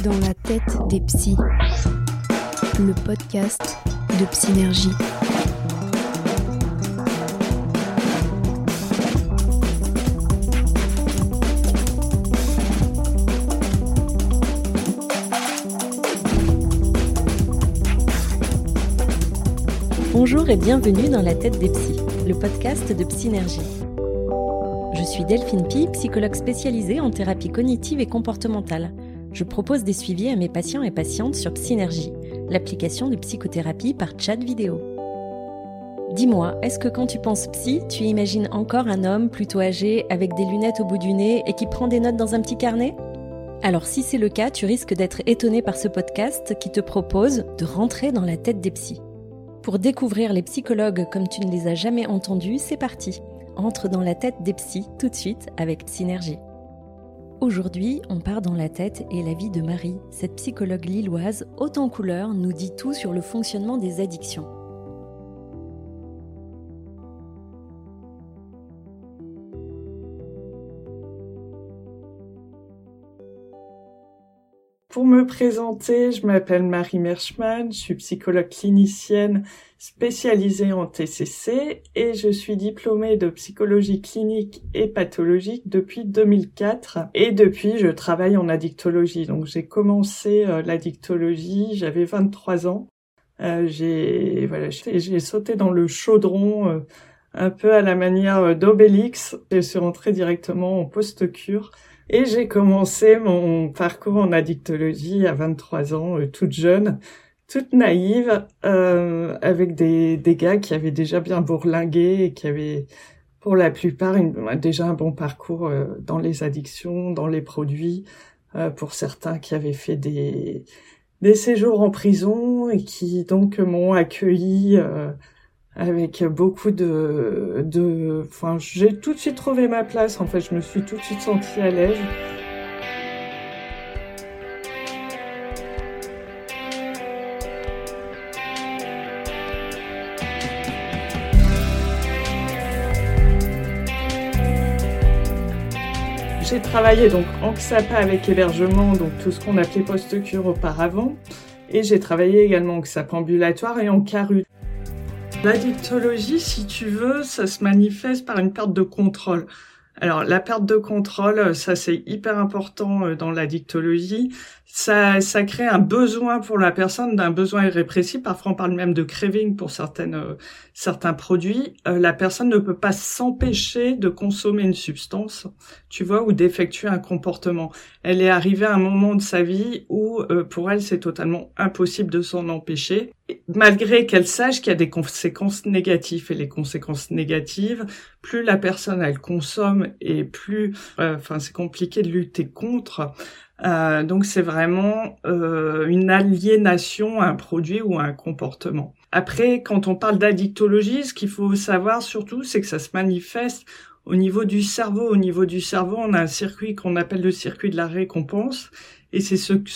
Dans la tête des psys, le podcast de Psynergie. Bonjour et bienvenue dans la tête des psys, le podcast de Psynergie. Je suis Delphine Pi, psychologue spécialisée en thérapie cognitive et comportementale. Je propose des suivis à mes patients et patientes sur Psynergie, l'application de psychothérapie par chat vidéo. Dis-moi, est-ce que quand tu penses psy, tu imagines encore un homme plutôt âgé avec des lunettes au bout du nez et qui prend des notes dans un petit carnet ? Alors si c'est le cas, tu risques d'être étonné par ce podcast qui te propose de rentrer dans la tête des psys. Pour découvrir les psychologues comme tu ne les as jamais entendus, c'est parti. Entre dans la tête des psys tout de suite avec Psynergie. Aujourd'hui, on part dans la tête et la vie de Marie. Cette psychologue lilloise, haute en couleurs, nous dit tout sur le fonctionnement des addictions. Pour me présenter, je m'appelle Marie Merschmann, je suis psychologue clinicienne spécialisée en TCC et je suis diplômée de psychologie clinique et pathologique depuis 2004 et depuis je travaille en addictologie. Donc j'ai commencé l'addictologie, j'avais 23 ans. J'ai sauté dans le chaudron un peu à la manière d'Obélix. Je suis rentrée directement en post-cure. Et j'ai commencé mon parcours en addictologie à 23 ans, toute jeune, toute naïve, avec des gars qui avaient déjà bien bourlingué et qui avaient, pour la plupart, déjà un bon parcours dans les addictions, dans les produits, pour certains qui avaient fait des séjours en prison et qui donc m'ont accueilli avec beaucoup j'ai tout de suite trouvé ma place, en fait, je me suis tout de suite sentie à l'aise. J'ai travaillé donc en XAPA avec hébergement, donc tout ce qu'on appelait post-cure auparavant, et j'ai travaillé également en XAPA ambulatoire et en CARU. L'addictologie, si tu veux, ça se manifeste par une perte de contrôle. Alors, la perte de contrôle, ça c'est hyper important dans l'addictologie. Ça crée un besoin pour la personne, d'un besoin irrépressible. Parfois, on parle même de craving pour certains produits. La personne ne peut pas s'empêcher de consommer une substance, tu vois, ou d'effectuer un comportement. Elle est arrivée à un moment de sa vie où, pour elle, c'est totalement impossible de s'en empêcher, malgré qu'elle sache qu'il y a des conséquences négatives. Et les conséquences négatives, plus la personne, elle consomme et plus, c'est compliqué de lutter contre. Donc c'est vraiment une aliénation à un produit ou à un comportement. Après, quand on parle d'addictologie, ce qu'il faut savoir surtout, c'est que ça se manifeste au niveau du cerveau. Au niveau du cerveau, on a un circuit qu'on appelle le circuit de la récompense. Et c'est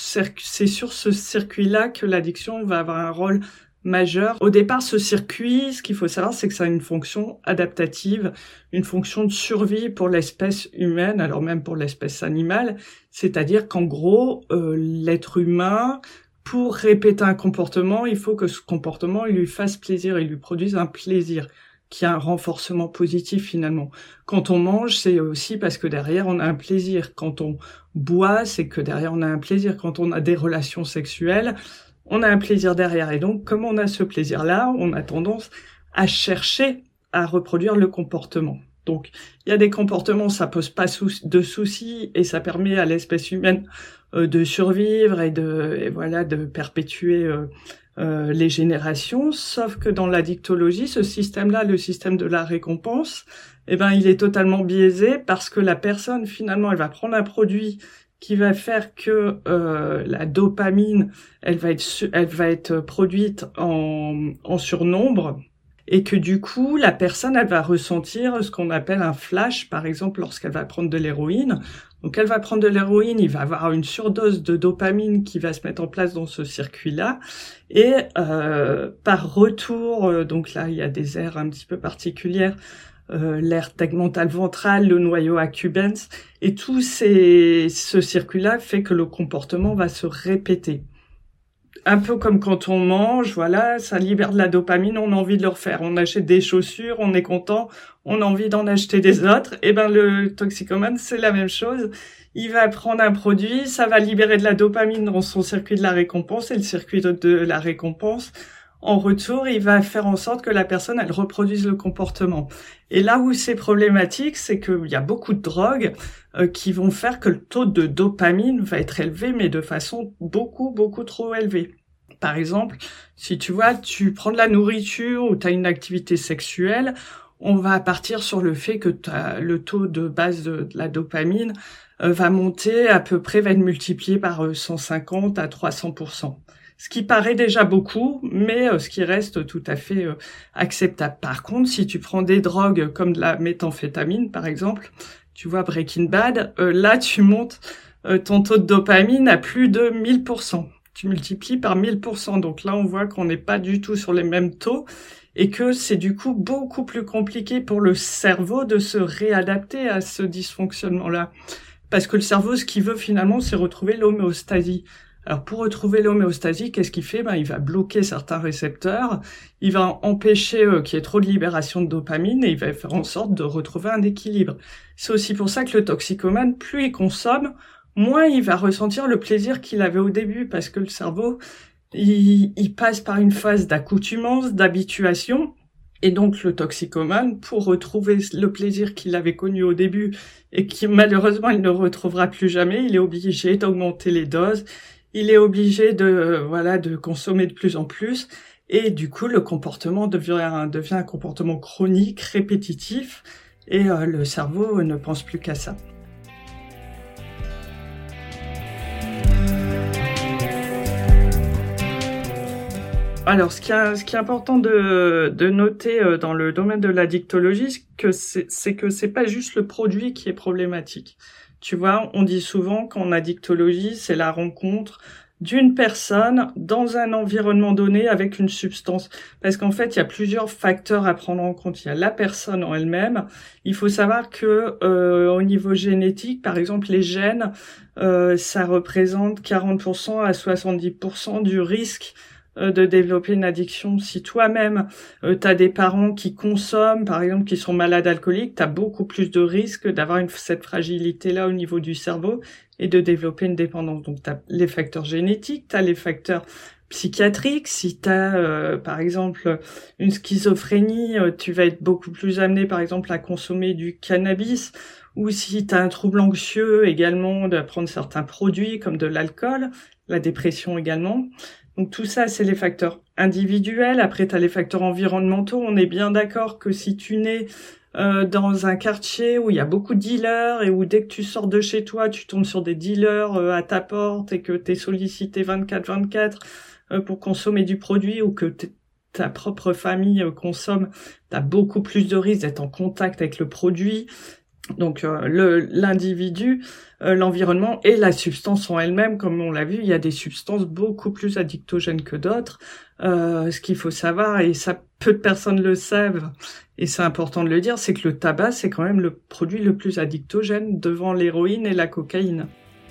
sur ce circuit-là que l'addiction va avoir un rôle majeur. Au départ, ce circuit, ce qu'il faut savoir, c'est que ça a une fonction adaptative, une fonction de survie pour l'espèce humaine, alors même pour l'espèce animale. C'est-à-dire qu'en gros, l'être humain, pour répéter un comportement, il faut que ce comportement il lui fasse plaisir, il lui produise un plaisir, qui a un renforcement positif finalement. Quand on mange, c'est aussi parce que derrière on a un plaisir. Quand on boit, c'est que derrière on a un plaisir. Quand on a des relations sexuelles, on a un plaisir derrière. Et donc, comme on a ce plaisir-là, on a tendance à chercher à reproduire le comportement. Donc, il y a des comportements, ça pose pas de soucis et ça permet à l'espèce humaine de survivre et de perpétuer les générations. Sauf que dans l'addictologie, ce système-là, le système de la récompense, il est totalement biaisé parce que la personne, finalement, elle va prendre un produit qui va faire que la dopamine, elle va être produite en surnombre. Et que du coup, la personne, elle va ressentir ce qu'on appelle un flash, par exemple, lorsqu'elle va prendre de l'héroïne. Donc, elle va prendre de l'héroïne, il va avoir une surdose de dopamine qui va se mettre en place dans ce circuit-là. Et par retour, donc là, il y a des aires un petit peu particulières, l'aire tegmentale ventrale, le noyau accumbens, et tout ce circuit-là fait que le comportement va se répéter. Un peu comme quand on mange, voilà, ça libère de la dopamine, on a envie de le refaire. On achète des chaussures, on est content, on a envie d'en acheter des autres. Et ben le toxicomane, c'est la même chose. Il va prendre un produit, ça va libérer de la dopamine dans son circuit de la récompense, et le circuit de la récompense, en retour, il va faire en sorte que la personne, elle reproduise le comportement. Et là où c'est problématique, c'est qu'il y a beaucoup de drogues qui vont faire que le taux de dopamine va être élevé, mais de façon beaucoup, beaucoup trop élevée. Par exemple, si tu prends de la nourriture ou tu as une activité sexuelle, on va partir sur le fait que le taux de base de la dopamine va monter à peu près, va être multiplié par 150 à 300%. Ce qui paraît déjà beaucoup, mais ce qui reste tout à fait acceptable. Par contre, si tu prends des drogues comme de la méthamphétamine, par exemple, tu vois Breaking Bad, là tu montes ton taux de dopamine à plus de 1000%. Tu multiplies par 1000%. Donc là, on voit qu'on n'est pas du tout sur les mêmes taux et que c'est du coup beaucoup plus compliqué pour le cerveau de se réadapter à ce dysfonctionnement-là. Parce que le cerveau, ce qu'il veut finalement, c'est retrouver l'homéostasie. Alors pour retrouver l'homéostasie, qu'est-ce qu'il fait ? Il va bloquer certains récepteurs, il va empêcher qu'il y ait trop de libération de dopamine et il va faire en sorte de retrouver un équilibre. C'est aussi pour ça que le toxicomane, plus il consomme, moins il va ressentir le plaisir qu'il avait au début, parce que le cerveau, il passe par une phase d'accoutumance, d'habituation. Et donc le toxicomane, pour retrouver le plaisir qu'il avait connu au début et qui malheureusement il ne retrouvera plus jamais, il est obligé d'augmenter les doses. Il est obligé de consommer de plus en plus, et du coup le comportement devient un comportement chronique, répétitif, et le cerveau ne pense plus qu'à ça. Alors, ce qui est important de noter dans le domaine de l'addictologie, c'est que c'est pas juste le produit qui est problématique. Tu vois, on dit souvent qu'en addictologie, c'est la rencontre d'une personne dans un environnement donné avec une substance. Parce qu'en fait, il y a plusieurs facteurs à prendre en compte. Il y a la personne en elle-même. Il faut savoir que au niveau génétique, par exemple, les gènes, ça représente 40% à 70% du risque de développer une addiction. Si toi-même t'as des parents qui consomment, par exemple, qui sont malades alcooliques, t'as beaucoup plus de risques d'avoir cette fragilité-là au niveau du cerveau et de développer une dépendance. Donc t'as les facteurs génétiques, t'as les facteurs psychiatriques. Si t'as par exemple une schizophrénie, tu vas être beaucoup plus amené par exemple à consommer du cannabis, ou si t'as un trouble anxieux également, de prendre certains produits comme de l'alcool, la dépression également. Donc tout ça, c'est les facteurs individuels. Après, tu as les facteurs environnementaux. On est bien d'accord que si tu nais dans un quartier où il y a beaucoup de dealers et où dès que tu sors de chez toi, tu tombes sur des dealers à ta porte et que tu es sollicité 24/24 pour consommer du produit, ou que ta propre famille consomme, tu as beaucoup plus de risques d'être en contact avec le produit. Donc l'individu, l'environnement et la substance en elle-même, comme on l'a vu, il y a des substances beaucoup plus addictogènes que d'autres. Ce qu'il faut savoir, et ça peu de personnes le savent, et c'est important de le dire, c'est que le tabac, c'est quand même le produit le plus addictogène devant l'héroïne et la cocaïne.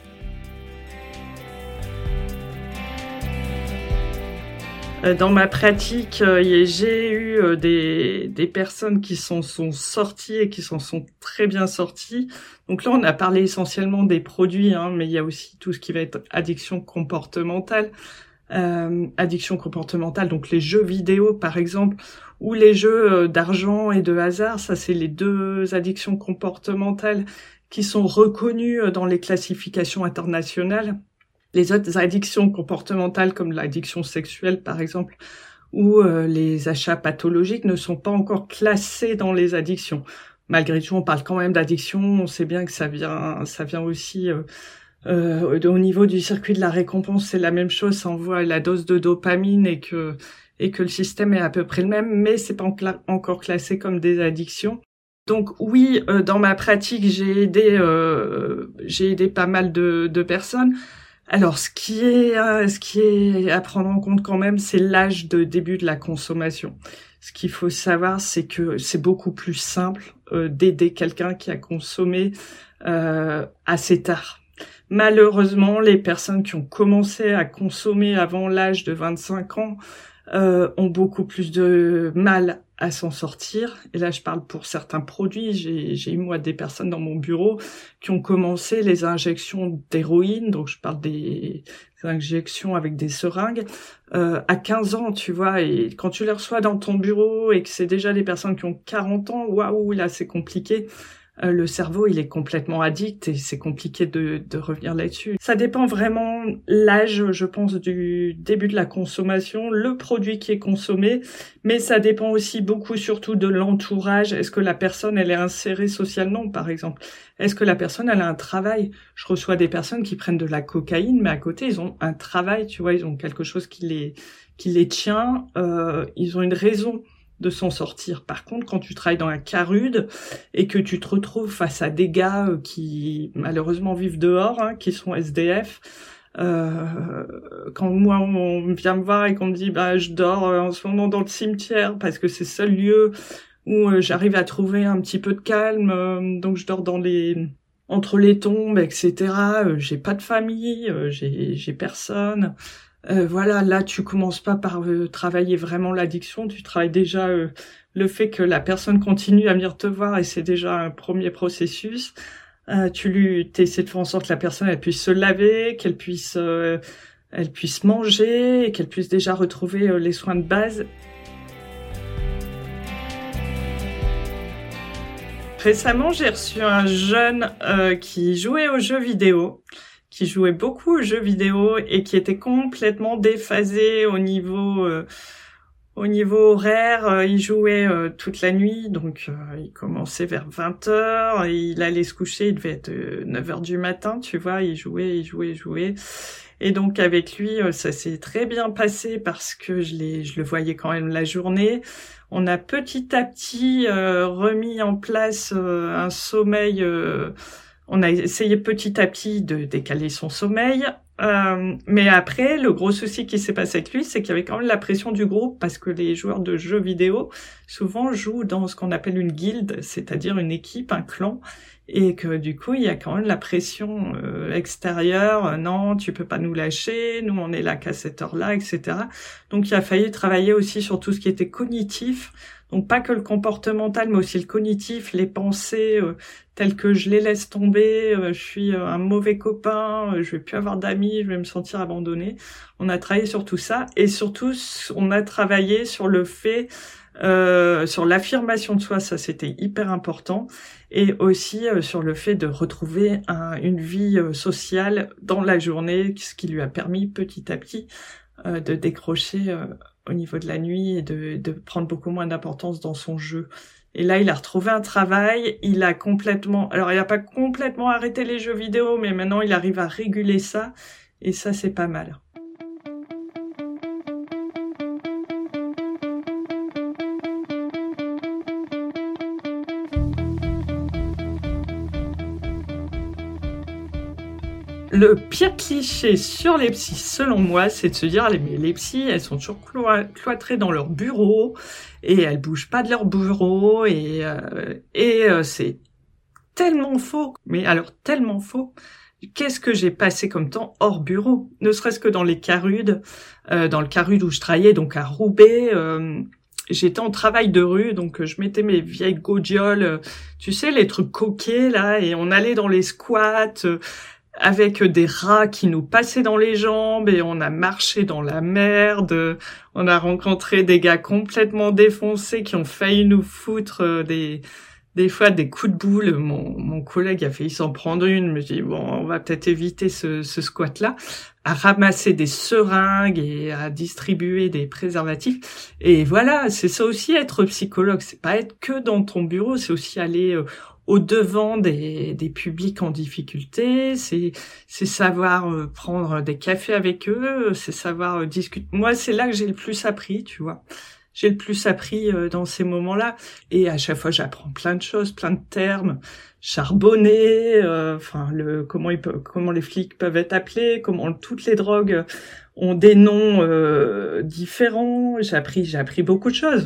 Dans ma pratique, j'ai eu des personnes qui sont sorties et qui s'en sont très bien sorties. Donc là, on a parlé essentiellement des produits, mais il y a aussi tout ce qui va être addiction comportementale. Addiction comportementale, donc les jeux vidéo par exemple, ou les jeux d'argent et de hasard, ça c'est les deux addictions comportementales qui sont reconnues dans les classifications internationales. Les autres addictions comportementales comme l'addiction sexuelle par exemple, ou les achats pathologiques ne sont pas encore classés dans les addictions. Malgré tout, on parle quand même d'addiction, on sait bien que ça vient aussi au niveau du circuit de la récompense, c'est la même chose, ça envoie la dose de dopamine et que le système est à peu près le même, mais c'est pas encore classé comme des addictions. Donc oui, dans ma pratique, j'ai aidé pas mal de personnes. Alors, ce qui est à prendre en compte quand même, c'est l'âge de début de la consommation. Ce qu'il faut savoir, c'est que c'est beaucoup plus simple d'aider quelqu'un qui a consommé assez tard. Malheureusement, les personnes qui ont commencé à consommer avant l'âge de 25 ans ont beaucoup plus de mal à s'en sortir. Et là, je parle pour certains produits. J'ai eu, moi, des personnes dans mon bureau qui ont commencé les injections d'héroïne. Donc, je parle des injections avec des seringues à 15 ans, tu vois. Et quand tu les reçois dans ton bureau et que c'est déjà des personnes qui ont 40 ans, waouh, là, c'est compliqué. Le cerveau, il est complètement addict et c'est compliqué de revenir là-dessus. Ça dépend vraiment l'âge, je pense, du début de la consommation, le produit qui est consommé, mais ça dépend aussi beaucoup, surtout de l'entourage. Est-ce que la personne, elle est insérée socialement, par exemple? Est-ce que la personne, elle a un travail? Je reçois des personnes qui prennent de la cocaïne, mais à côté, ils ont un travail, tu vois, ils ont quelque chose qui les tient, ils ont une raison de s'en sortir. Par contre, quand tu travailles dans un cas rude et que tu te retrouves face à des gars qui malheureusement vivent dehors, qui sont SDF, quand moi on vient me voir et qu'on me dit je dors en ce moment dans le cimetière parce que c'est le seul lieu où j'arrive à trouver un petit peu de calme, donc je dors entre les tombes, etc. J'ai pas de famille, j'ai personne. Voilà, là, tu commences pas par travailler vraiment l'addiction, tu travailles déjà le fait que la personne continue à venir te voir et c'est déjà un premier processus. Tu essaies de faire en sorte que la personne elle puisse se laver, qu'elle puisse manger, et qu'elle puisse déjà retrouver les soins de base. Récemment, j'ai reçu un jeune qui jouait aux jeux vidéo, qui jouait beaucoup aux jeux vidéo et qui était complètement déphasé au niveau horaire. Il jouait toute la nuit, donc il commençait vers 20h, il allait se coucher, il devait être 9h du matin, tu vois, il jouait. Et donc avec lui, ça s'est très bien passé parce que je le voyais quand même la journée. On a petit à petit remis en place un sommeil. On a essayé petit à petit de décaler son sommeil. Mais après, le gros souci qui s'est passé avec lui, c'est qu'il y avait quand même la pression du groupe parce que les joueurs de jeux vidéo souvent jouent dans ce qu'on appelle une guilde, c'est-à-dire une équipe, un clan. Et que du coup, il y a quand même la pression extérieure. Non, tu peux pas nous lâcher. Nous, on est là qu'à cette heure-là, etc. Donc, il a fallu travailler aussi sur tout ce qui était cognitif. Donc, pas que le comportemental, mais aussi le cognitif, les pensées telles que je les laisse tomber. Je suis un mauvais copain. Je vais plus avoir d'amis. Je vais me sentir abandonné. On a travaillé sur tout ça. Et surtout, on a travaillé sur le fait... sur l'affirmation de soi, ça c'était hyper important, et aussi sur le fait de retrouver une vie sociale dans la journée, ce qui lui a permis petit à petit de décrocher au niveau de la nuit et de prendre beaucoup moins d'importance dans son jeu. Et là, il a retrouvé un travail, il a pas complètement arrêté les jeux vidéo, mais maintenant il arrive à réguler ça, et ça c'est pas mal. Le pire cliché sur les psys, selon moi, c'est de se dire les psys, elles sont toujours cloîtrées dans leur bureau et elles bougent pas de leur bureau et c'est tellement faux. Mais alors tellement faux. Qu'est-ce que j'ai passé comme temps hors bureau? Ne serait-ce que dans les Carudes, dans le Carude où je travaillais, donc à Roubaix. J'étais en travail de rue, donc je mettais mes vieilles gaudioles, tu sais, les trucs coquets là, et on allait dans les squats. Avec des rats qui nous passaient dans les jambes et on a marché dans la merde. On a rencontré des gars complètement défoncés qui ont failli nous foutre des fois des coups de boule. Mon collègue a failli s'en prendre une, mais j'ai dit bon, on va peut-être éviter ce squat-là, à ramasser des seringues et à distribuer des préservatifs. Et voilà, c'est ça aussi être psychologue, c'est pas être que dans ton bureau, c'est aussi aller au devant des publics en difficulté, c'est savoir prendre des cafés avec eux, c'est savoir discuter. Moi, c'est là que j'ai le plus appris, tu vois. J'ai le plus appris dans ces moments-là. Et à chaque fois, j'apprends plein de choses, plein de termes. Charbonner, comment les flics peuvent être appelés, comment toutes les drogues ont des noms différents. J'ai appris beaucoup de choses.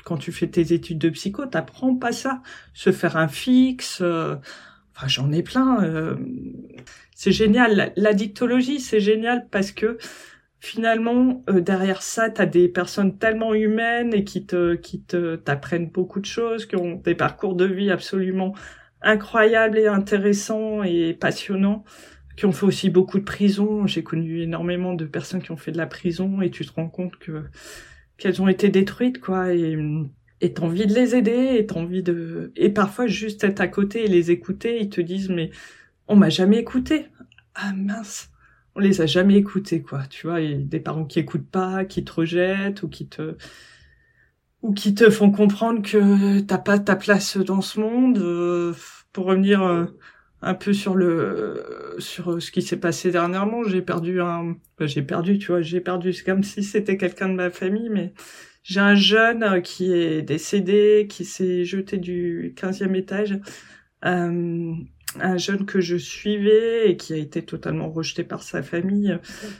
quand tu fais tes études de psycho, t'apprends pas ça. Se faire un fixe, enfin j'en ai plein. C'est génial. L'addictologie, c'est génial parce que finalement, derrière ça, t'as des personnes tellement humaines et qui t'apprennent beaucoup de choses, qui ont des parcours de vie absolument incroyables et intéressants et passionnants, qui ont fait aussi beaucoup de prison. J'ai connu énormément de personnes qui ont fait de la prison et tu te rends compte qu'elles ont été détruites, quoi, et t'as envie de les aider, et parfois juste être à côté et les écouter, ils te disent, mais on m'a jamais écouté. Ah mince, on les a jamais écoutés, quoi, tu vois, et des parents qui écoutent pas, qui te rejettent, ou qui te font comprendre que t'as pas ta place dans ce monde. Pour revenir un peu sur ce qui s'est passé dernièrement, j'ai perdu, c'est comme si c'était quelqu'un de ma famille, mais j'ai un jeune qui est décédé, qui s'est jeté du 15e étage, un jeune que je suivais et qui a été totalement rejeté par sa famille.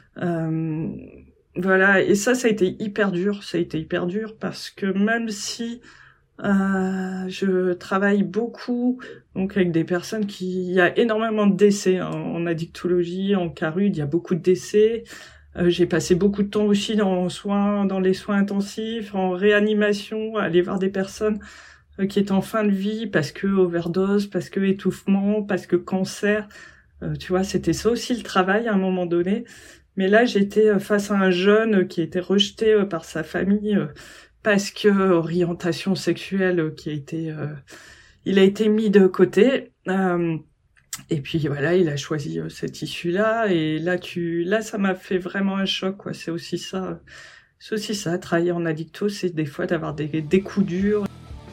Voilà, et ça a été hyper dur. Ça a été hyper dur parce que même si je travaille beaucoup donc avec des personnes il y a énormément de décès en addictologie, en CARUD, il y a beaucoup de décès. J'ai passé beaucoup de temps aussi dans les soins intensifs, en réanimation, à aller voir des personnes qui étaient en fin de vie parce que overdose, parce que étouffement, parce que cancer. Tu vois, c'était ça aussi le travail à un moment donné. Mais là, j'étais face à un jeune qui a été rejeté par sa famille parce que orientation sexuelle il a été mis de côté. Et puis voilà, il a choisi cette issue-là. Et là, ça m'a fait vraiment un choc, quoi. C'est aussi ça, travailler en addicto, c'est des fois d'avoir des coups durs.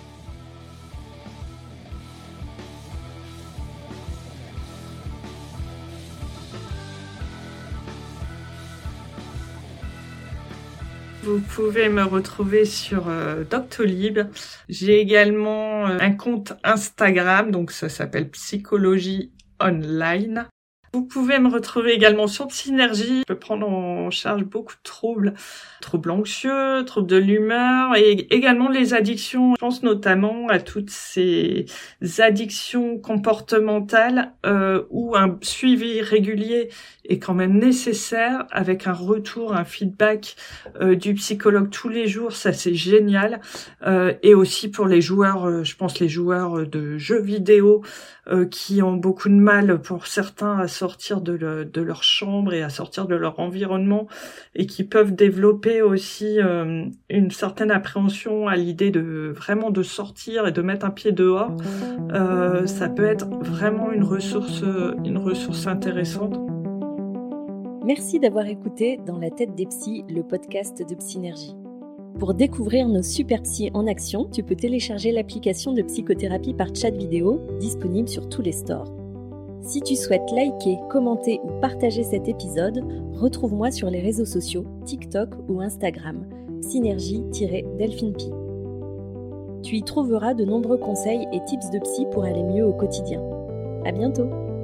Vous pouvez me retrouver sur Doctolib. J'ai également un compte Instagram, donc ça s'appelle Psychologie Online. Vous pouvez me retrouver également sur Psynergie. Je peux prendre en charge beaucoup de troubles anxieux, troubles de l'humeur et également les addictions. Je pense notamment à toutes ces addictions comportementales où un suivi régulier est quand même nécessaire avec un retour, un feedback du psychologue tous les jours. Ça, c'est génial. Et aussi pour les joueurs, je pense les joueurs de jeux vidéo qui ont beaucoup de mal pour certains à sortir de leur chambre et à sortir de leur environnement et qui peuvent développer aussi une certaine appréhension à l'idée de sortir et de mettre un pied dehors. Ça peut être vraiment une ressource intéressante. Merci d'avoir écouté Dans la tête des psys, le podcast de Psynergie. Pour découvrir nos super psys en action, tu peux télécharger l'application de psychothérapie par chat vidéo, disponible sur tous les stores. Si tu souhaites liker, commenter ou partager cet épisode, retrouve-moi sur les réseaux sociaux, TikTok ou Instagram, Synergie-Delphine Pi. Tu y trouveras de nombreux conseils et tips de psy pour aller mieux au quotidien. À bientôt!